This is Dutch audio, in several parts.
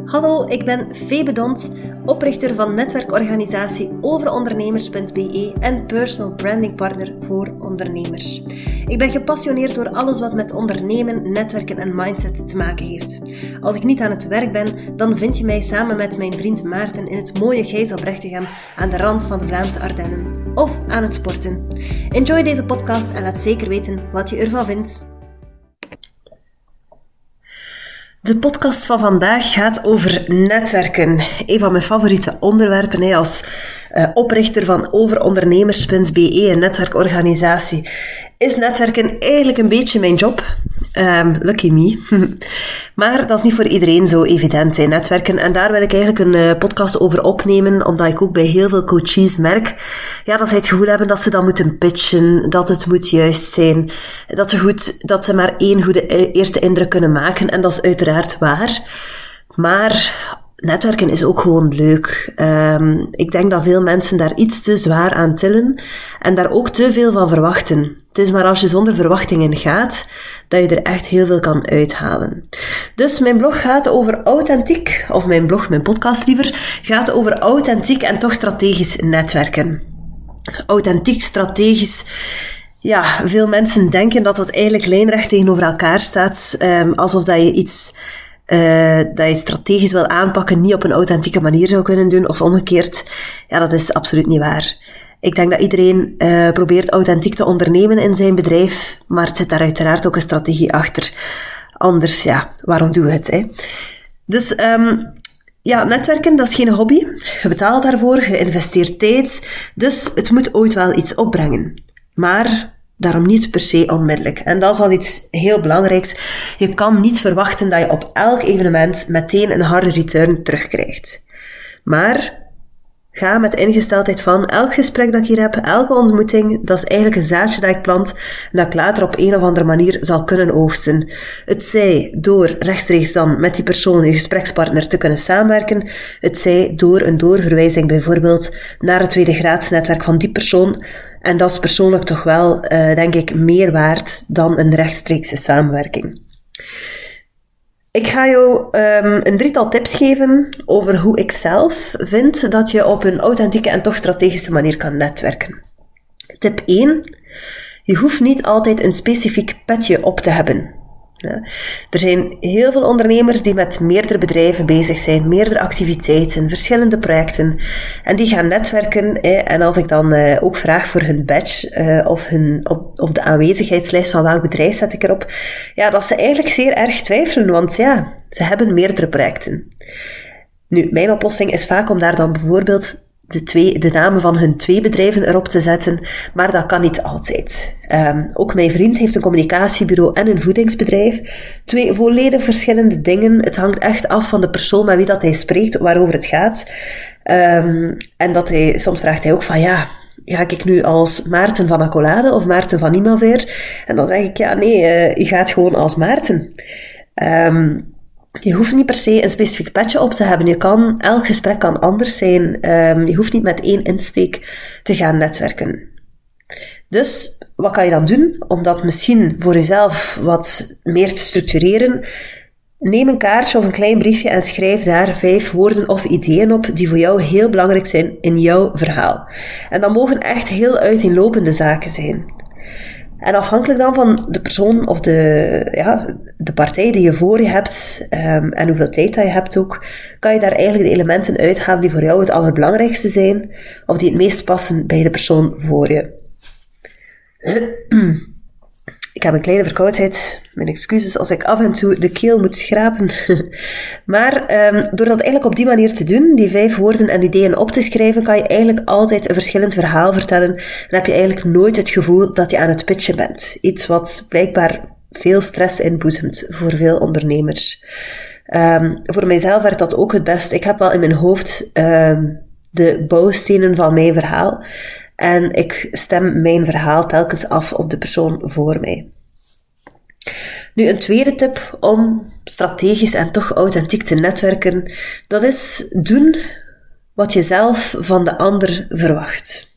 Hallo, ik ben Febe Dont, oprichter van netwerkorganisatie overondernemers.be en personal branding partner voor ondernemers. Ik ben gepassioneerd door alles wat met ondernemen, netwerken en mindset te maken heeft. Als ik niet aan het werk ben, dan vind je mij samen met mijn vriend Maarten in het mooie Gijzel-Brechtehem aan de rand van de Vlaamse Ardennen. Of aan het sporten. Enjoy deze podcast en laat zeker weten wat je ervan vindt. De podcast van vandaag gaat over netwerken. Een van mijn favoriete onderwerpen als oprichter van overondernemers.be, een netwerkorganisatie. Is netwerken eigenlijk een beetje mijn job? Lucky me. Maar dat is niet voor iedereen zo evident, netwerken. En daar wil ik eigenlijk een podcast over opnemen, omdat ik ook bij heel veel coaches merk dat zij het gevoel hebben dat ze dan moeten pitchen, dat het moet juist zijn, dat ze maar één goede eerste indruk kunnen maken. En dat is uiteraard waar. Maar netwerken is ook gewoon leuk. Ik denk dat veel mensen daar iets te zwaar aan tillen en daar ook te veel van verwachten. Het is maar als je zonder verwachtingen gaat, dat je er echt heel veel kan uithalen. Dus mijn blog gaat over authentiek, of mijn podcast liever, gaat over authentiek en toch strategisch netwerken. Authentiek, strategisch. Ja, veel mensen denken dat het eigenlijk lijnrecht tegenover elkaar staat, alsof dat je iets dat je strategisch wil aanpakken, niet op een authentieke manier zou kunnen doen, of omgekeerd. Ja, dat is absoluut niet waar. Ik denk dat iedereen probeert authentiek te ondernemen in zijn bedrijf, maar het zit daar uiteraard ook een strategie achter. Anders, waarom doen we het? Dus, netwerken, dat is geen hobby. Je betaalt daarvoor, je investeert tijd, dus het moet ooit wel iets opbrengen. Maar daarom niet per se onmiddellijk. En dat is al iets heel belangrijks. Je kan niet verwachten dat je op elk evenement meteen een harde return terugkrijgt. Maar ga met de ingesteldheid van elk gesprek dat ik hier heb, elke ontmoeting, dat is eigenlijk een zaadje dat ik plant en dat ik later op een of andere manier zal kunnen oogsten. Het zij door rechtstreeks dan met die persoon, je gesprekspartner, te kunnen samenwerken. Het zij door een doorverwijzing bijvoorbeeld naar het tweede graadsnetwerk van die persoon. En dat is persoonlijk toch wel, denk ik, meer waard dan een rechtstreekse samenwerking. Ik ga jou een drietal tips geven over hoe ik zelf vind dat je op een authentieke en toch strategische manier kan netwerken. Tip 1. Je hoeft niet altijd een specifiek petje op te hebben. Ja. Er zijn heel veel ondernemers die met meerdere bedrijven bezig zijn, meerdere activiteiten, verschillende projecten. En die gaan netwerken. En als ik dan ook vraag voor hun badge of de aanwezigheidslijst van welk bedrijf zet ik erop, dat ze eigenlijk zeer erg twijfelen, want ze hebben meerdere projecten. Nu, mijn oplossing is vaak om daar dan bijvoorbeeld de namen van hun 2 bedrijven erop te zetten, maar dat kan niet altijd. Ook mijn vriend heeft een communicatiebureau en een voedingsbedrijf. 2 volledig verschillende dingen. Het hangt echt af van de persoon met wie dat hij spreekt, waarover het gaat. En soms vraagt hij ook van, ga ik nu als Maarten van Accolade of Maarten van Imaver? En dan zeg ik, je gaat gewoon als Maarten. Je hoeft niet per se een specifiek petje op te hebben. Elk gesprek kan anders zijn. Je hoeft niet met 1 insteek te gaan netwerken. Dus, wat kan je dan doen? Om dat misschien voor jezelf wat meer te structureren. Neem een kaartje of een klein briefje en schrijf daar 5 woorden of ideeën op die voor jou heel belangrijk zijn in jouw verhaal. En dat mogen echt heel uiteenlopende zaken zijn. En afhankelijk dan van de persoon of de partij die je voor je hebt, en hoeveel tijd dat je hebt ook, kan je daar eigenlijk de elementen uithalen die voor jou het allerbelangrijkste zijn, of die het meest passen bij de persoon voor je. Ik heb een kleine verkoudheid, mijn excuses als ik af en toe de keel moet schrapen. Maar door dat eigenlijk op die manier te doen, die 5 woorden en ideeën op te schrijven, kan je eigenlijk altijd een verschillend verhaal vertellen en heb je eigenlijk nooit het gevoel dat je aan het pitchen bent. Iets wat blijkbaar veel stress inboezemt voor veel ondernemers. Voor mijzelf werkt dat ook het best. Ik heb wel in mijn hoofd de bouwstenen van mijn verhaal. En ik stem mijn verhaal telkens af op de persoon voor mij. Nu, een tweede tip om strategisch en toch authentiek te netwerken, dat is doen wat je zelf van de ander verwacht.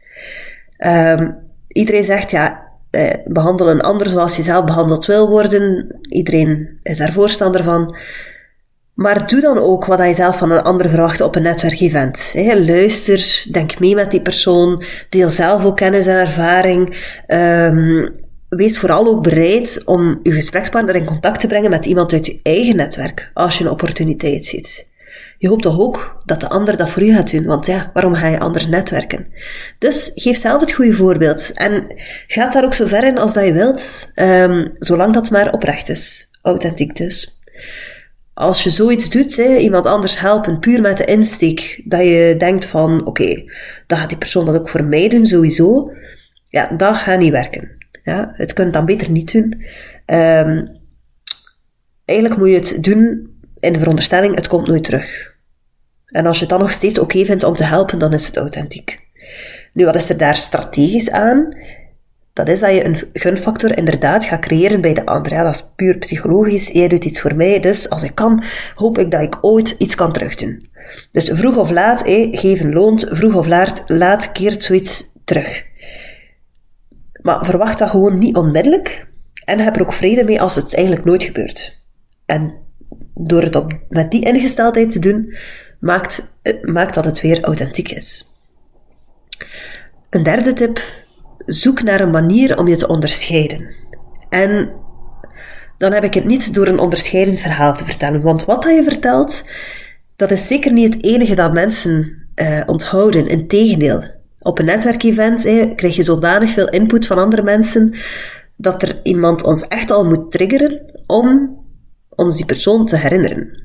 Iedereen zegt, behandel een ander zoals je zelf behandeld wil worden. Iedereen is daar voorstander van. Maar doe dan ook wat je zelf van een ander verwacht op een netwerkevent. Luister, denk mee met die persoon, deel zelf ook kennis en ervaring. Wees vooral ook bereid om je gesprekspartner in contact te brengen met iemand uit je eigen netwerk, als je een opportuniteit ziet. Je hoopt toch ook dat de ander dat voor je gaat doen, want ja, waarom ga je anders netwerken? Dus geef zelf het goede voorbeeld en ga daar ook zo ver in als dat je wilt, zolang dat maar oprecht is, authentiek dus. Als je zoiets doet, iemand anders helpen, puur met de insteek, dat je denkt van, oké, dan gaat die persoon dat ook voor mij doen, sowieso, ja, dat gaat niet werken. Ja, het kunt dan beter niet doen. Eigenlijk moet je het doen in de veronderstelling, het komt nooit terug. En als je het dan nog steeds oké vindt om te helpen, dan is het authentiek. Nu, wat is er daar strategisch aan? Dat is dat je een gunfactor inderdaad gaat creëren bij de ander. Ja, dat is puur psychologisch. Jij doet iets voor mij, dus als ik kan, hoop ik dat ik ooit iets kan terugdoen. Dus vroeg of laat, geven loont. Vroeg of laat keert zoiets terug. Maar verwacht dat gewoon niet onmiddellijk. En heb er ook vrede mee als het eigenlijk nooit gebeurt. En door het met die ingesteldheid te doen, maakt dat het weer authentiek is. Een derde tip: zoek naar een manier om je te onderscheiden. En dan heb ik het niet door een onderscheidend verhaal te vertellen, want wat je vertelt, dat is zeker niet het enige dat mensen onthouden. Integendeel, op een netwerkevent krijg je zodanig veel input van andere mensen, dat er iemand ons echt al moet triggeren om ons die persoon te herinneren.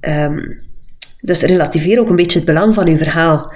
Dus relativeer ook een beetje het belang van uw verhaal.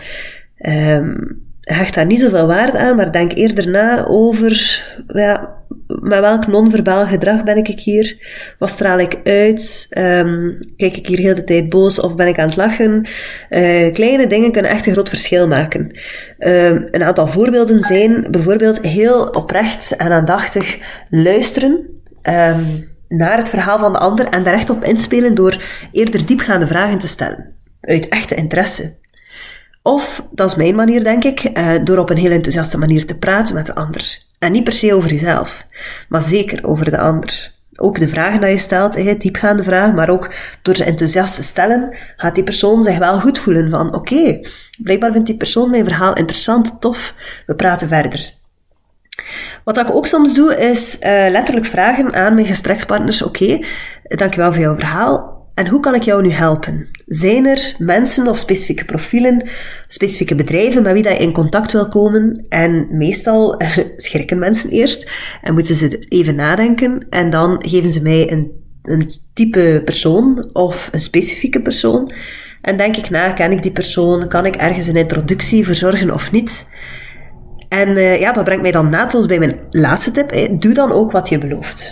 Hecht daar niet zoveel waarde aan, maar denk eerder na over, ja, met welk non-verbaal gedrag ben ik hier? Wat straal ik uit? Kijk ik hier heel de tijd boos of ben ik aan het lachen? Kleine dingen kunnen echt een groot verschil maken. Een aantal voorbeelden zijn bijvoorbeeld heel oprecht en aandachtig luisteren naar het verhaal van de ander en daar echt op inspelen door eerder diepgaande vragen te stellen. Uit echte interesse. Of, dat is mijn manier denk ik, door op een heel enthousiaste manier te praten met de ander. En niet per se over jezelf, maar zeker over de ander. Ook de vragen die je stelt, diepgaande vragen, maar ook door ze enthousiast te stellen, gaat die persoon zich wel goed voelen van oké, blijkbaar vindt die persoon mijn verhaal interessant, tof, we praten verder. Wat ik ook soms doe, is letterlijk vragen aan mijn gesprekspartners, oké, dankjewel voor jouw verhaal. En hoe kan ik jou nu helpen? Zijn er mensen of specifieke profielen, specifieke bedrijven met wie dat je in contact wil komen? En meestal schrikken mensen eerst en moeten ze even nadenken. En dan geven ze mij een type persoon of een specifieke persoon. En denk ik na, ken ik die persoon? Kan ik ergens een introductie verzorgen of niet? En dat brengt mij dan naadloos bij mijn laatste tip. Doe dan ook wat je belooft.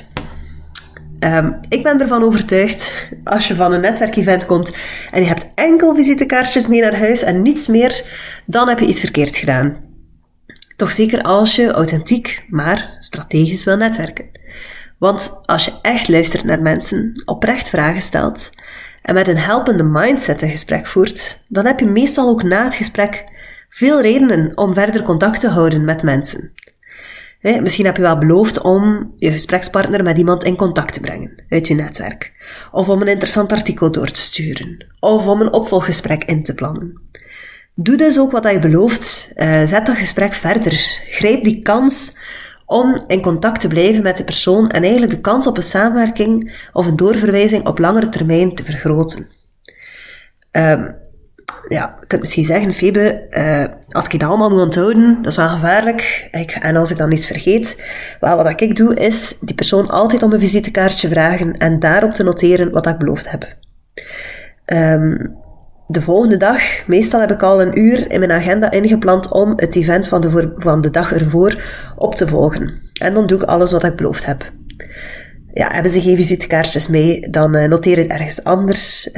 Ik ben ervan overtuigd, als je van een netwerkevent komt en je hebt enkel visitekaartjes mee naar huis en niets meer, dan heb je iets verkeerd gedaan. Toch zeker als je authentiek, maar strategisch wil netwerken. Want als je echt luistert naar mensen, oprecht vragen stelt en met een helpende mindset een gesprek voert, dan heb je meestal ook na het gesprek veel redenen om verder contact te houden met mensen. Misschien heb je wel beloofd om je gesprekspartner met iemand in contact te brengen uit je netwerk. Of om een interessant artikel door te sturen. Of om een opvolggesprek in te plannen. Doe dus ook wat je belooft. Zet dat gesprek verder. Grijp die kans om in contact te blijven met de persoon en eigenlijk de kans op een samenwerking of een doorverwijzing op langere termijn te vergroten. Je kunt misschien zeggen, Febe, als ik dat allemaal moet onthouden, dat is wel gevaarlijk. En als ik dan iets vergeet, wat ik doe, is die persoon altijd om een visitekaartje vragen en daarop te noteren wat ik beloofd heb. De volgende dag, meestal heb ik al een uur in mijn agenda ingepland om het event van de dag ervoor op te volgen. En dan doe ik alles wat ik beloofd heb. Ja, hebben ze geen visitekaartjes mee, dan noteer het ergens anders.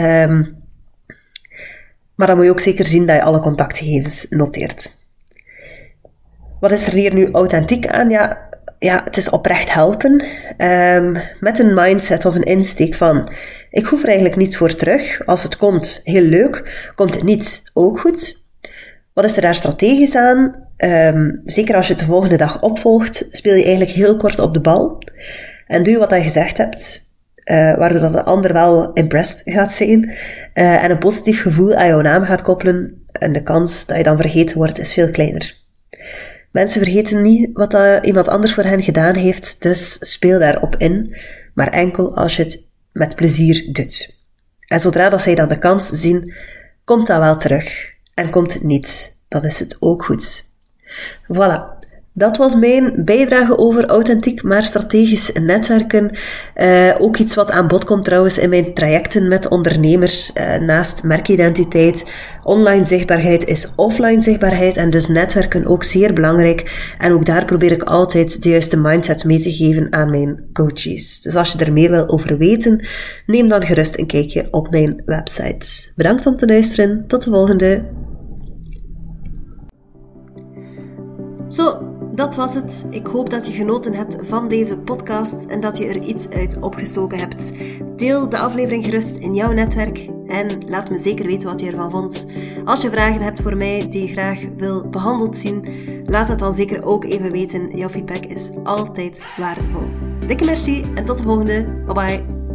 Maar dan moet je ook zeker zien dat je alle contactgegevens noteert. Wat is er hier nu authentiek aan? Ja, het is oprecht helpen. Met een mindset of een insteek van, ik hoef er eigenlijk niets voor terug. Als het komt, heel leuk. Komt het niet, ook goed. Wat is er daar strategisch aan? Zeker als je het de volgende dag opvolgt, speel je eigenlijk heel kort op de bal. En doe wat je gezegd hebt. waardoor dat de ander wel impressed gaat zijn, en een positief gevoel aan jouw naam gaat koppelen, en de kans dat je dan vergeten wordt is veel kleiner. Mensen vergeten niet wat iemand anders voor hen gedaan heeft, dus speel daarop in, maar enkel als je het met plezier doet. En zodra dat zij dan de kans zien, komt dat wel terug. En komt het niet, dan is het ook goed. Voilà. Dat was mijn bijdrage over authentiek, maar strategisch netwerken. Ook iets wat aan bod komt trouwens in mijn trajecten met ondernemers. Naast merkidentiteit, online zichtbaarheid is offline zichtbaarheid. En dus netwerken ook zeer belangrijk. En ook daar probeer ik altijd de juiste mindset mee te geven aan mijn coaches. Dus als je er meer wil over weten, neem dan gerust een kijkje op mijn website. Bedankt om te luisteren. Tot de volgende. Zo, dat was het. Ik hoop dat je genoten hebt van deze podcast en dat je er iets uit opgestoken hebt. Deel de aflevering gerust in jouw netwerk en laat me zeker weten wat je ervan vond. Als je vragen hebt voor mij die je graag wil behandeld zien, laat het dan zeker ook even weten. Jouw feedback is altijd waardevol. Dikke merci en tot de volgende. Bye bye.